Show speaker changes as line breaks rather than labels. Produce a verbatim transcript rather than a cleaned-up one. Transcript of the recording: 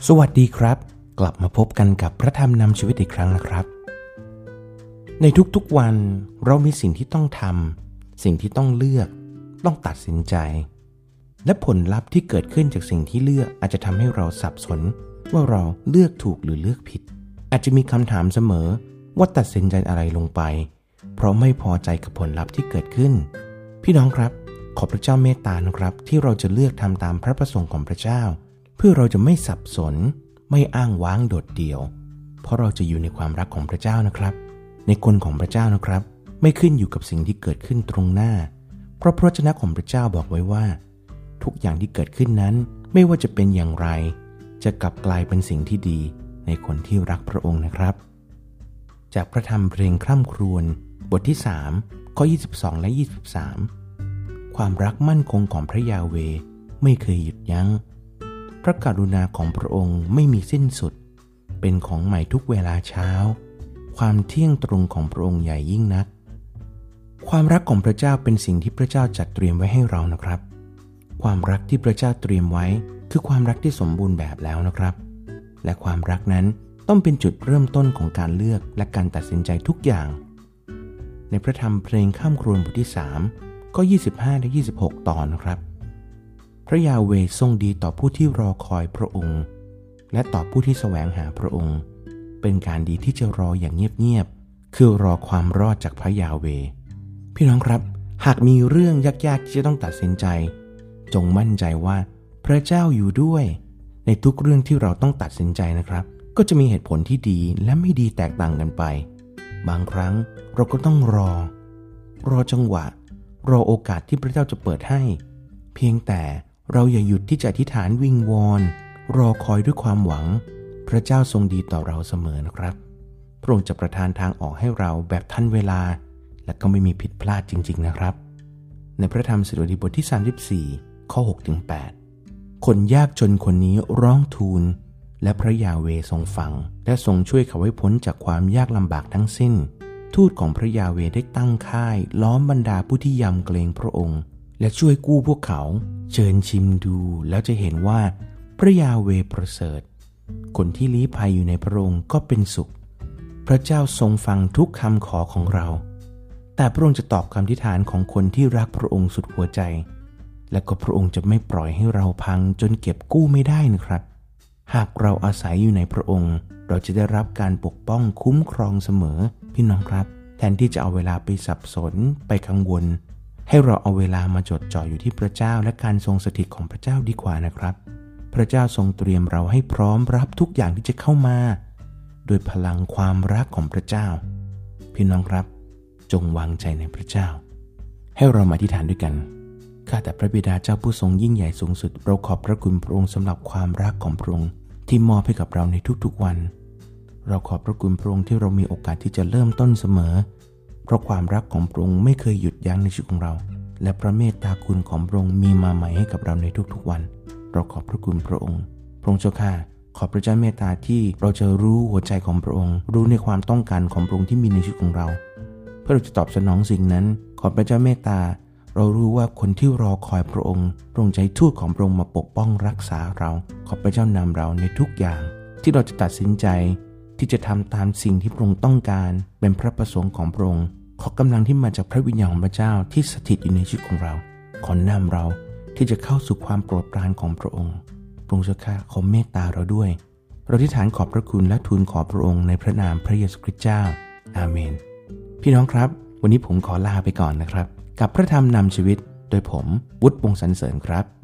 สวัสดีครับกลับมาพบกันกับพระธรรมนำชีวิตอีกครั้งนะครับในทุกๆวันเรามีสิ่งที่ต้องทำสิ่งที่ต้องเลือกต้องตัดสินใจและผลลัพธ์ที่เกิดขึ้นจากสิ่งที่เลือกอาจจะทำให้เราสับสนว่าเราเลือกถูกหรือเลือกผิดอาจจะมีคำถามเสมอว่าตัดสินใจอะไรลงไปเพราะไม่พอใจกับผลลัพธ์ที่เกิดขึ้นพี่น้องครับขอพระเจ้าเมตตานะครับที่เราจะเลือกทำตามพระประสงค์ของพระเจ้าเพื่อเราจะไม่สับสนไม่อ้างว้างโดดเดี่ยวเพราะเราจะอยู่ในความรักของพระเจ้านะครับในคนของพระเจ้านะครับไม่ขึ้นอยู่กับสิ่งที่เกิดขึ้นตรงหน้าเพราะพระวจนะของพระเจ้าบอกไว้ว่าทุกอย่างที่เกิดขึ้นนั้นไม่ว่าจะเป็นอย่างไรจะกลับกลายเป็นสิ่งที่ดีในคนที่รักพระองค์นะครับจากพระธรรมเพลงคร่ำครวญบทที่สามข้อยี่สิบสองและยี่สิบสามความรักมั่นคงของพระยาเวห์ไม่เคยหยุดยั้งพระกรุณาของพระองค์ไม่มีสิ้นสุดเป็นของใหม่ทุกเวลาเช้าความเที่ยงตรงของพระองค์ใหญ่ยิ่งนักความรักของพระเจ้าเป็นสิ่งที่พระเจ้าจัดเตรียมไว้ให้เรานะครับความรักที่พระเจ้าเตรียมไว้คือความรักที่สมบูรณ์แบบแล้วนะครับและความรักนั้นต้องเป็นจุดเริ่มต้นของการเลือกและการตัดสินใจทุกอย่างในพระธรรมเพลงข้ามครวญบทที่สามก็ยี่สิบห้าและยี่สิบหกตอนนะครับพระยาเวห์ทรงดีต่อผู้ที่รอคอยพระองค์และต่อผู้ที่แสวงหาพระองค์เป็นการดีที่จะรออย่างเงียบๆคือรอความรอดจากพระยาเวห์พี่น้องครับหากมีเรื่องยากๆที่จะต้องตัดสินใจจงมั่นใจว่าพระเจ้าอยู่ด้วยในทุกเรื่องที่เราต้องตัดสินใจนะครับก็จะมีเหตุผลที่ดีและไม่ดีแตกต่างกันไปบางครั้งเราก็ต้องรอรอจังหวะรอโอกาสที่พระเจ้าจะเปิดให้เพียงแต่เราอย่าหยุดที่จะอธิษฐานวิงวอนรอคอยด้วยความหวังพระเจ้าทรงดีต่อเราเสมอนะครับพระองค์จะประทานทางออกให้เราแบบทันเวลาและก็ไม่มีผิดพลาดจริงๆนะครับในพระธรรมสดุดีบทที่สามสิบสี่ข้อหกถึงแปดคนยากจนคนนี้ร้องทูลและพระยาเวห์ทรงฟังและทรงช่วยเขาให้พ้นจากความยากลำบากทั้งสิ้นทูตของพระยาเวห์ได้ตั้งค่ายล้อมบรรดาผู้ที่ยำเกรงพระองค์และช่วยกู้พวกเขาเชิญชิมดูแล้วจะเห็นว่าพระยาเวห์ประเสริฐคนที่ลี้ภัยอยู่ในพระองค์ก็เป็นสุขพระเจ้าทรงฟังทุกคำขอของเราแต่พระองค์จะตอบคำอธิษฐานของคนที่รักพระองค์สุดหัวใจและก็พระองค์จะไม่ปล่อยให้เราพังจนเก็บกู้ไม่ได้นะครับหากเราอาศัยอยู่ในพระองค์เราจะได้รับการปกป้องคุ้มครองเสมอพี่น้องครับแทนที่จะเอาเวลาไปสับสนไปกังวลให้เราเอาเวลามาจดจ่ออยู่ที่พระเจ้าและการทรงสถิตของพระเจ้าดีกว่านะครับพระเจ้าทรงเตรียมเราให้พร้อมรับทุกอย่างที่จะเข้ามาโดยพลังความรักของพระเจ้าพี่น้องครับจงวางใจในพระเจ้าให้เรามาอธิษฐานด้วยกันข้าแต่พระบิดาเจ้าผู้ทรงยิ่งใหญ่สูงสุดเราขอบพระคุณพระองค์สำหรับความรักของพระองค์ที่มอบให้กับเราในทุกๆวันเราขอบพระคุณพระองค์ที่เรามีโอกาสที่จะเริ่มต้นเสมอเพราะความรักของพระองค์ไม่เคยหยุดยั้งในชีวิตของเราและพระเมตตาคุณของพระองค์มีมาใหม่ให้กับเราในทุกๆวันเราขอบพระคุณพระองค์พระองค์เจ้าข้าขอพระเจ้าเมตตาที่เราจะรู้หัวใจของพระองค์รู้ในความต้องการของพระองค์ที่มีในชีวิตของเราเพื่อเราจะตอบสนองสิ่งนั้นขอพระเจ้าเมตตาเรารู้ว่าคนที่รอคอยพระองค์พระองค์ใจทูตของพระองค์มาปกป้องรักษาเราขอพระเจ้านำเราในทุกอย่างที่เราจะตัดสินใจที่จะทำตามสิ่งที่พระองค์ต้องการเป็นพระประสงค์ของพระองค์ขอกำลังที่มาจากพระวิญญาณของพระเจ้าที่สถิตอยู่ในชีวิตของเราขอนำเราที่จะเข้าสู่ความโปรดปรานของพระองค์พระองค์เจ้าข้าขอเมตตาเราด้วยเราอธิษฐานขอบพระคุณและทูลขอพระองค์ในพระนามพระเยซูคริสต์เจ้าอาเมนพี่น้องครับวันนี้ผมขอลาไปก่อนนะครับกับพระธรรมนำชีวิตโดยผมวุฒิ วงศ์สรรเสริญครับ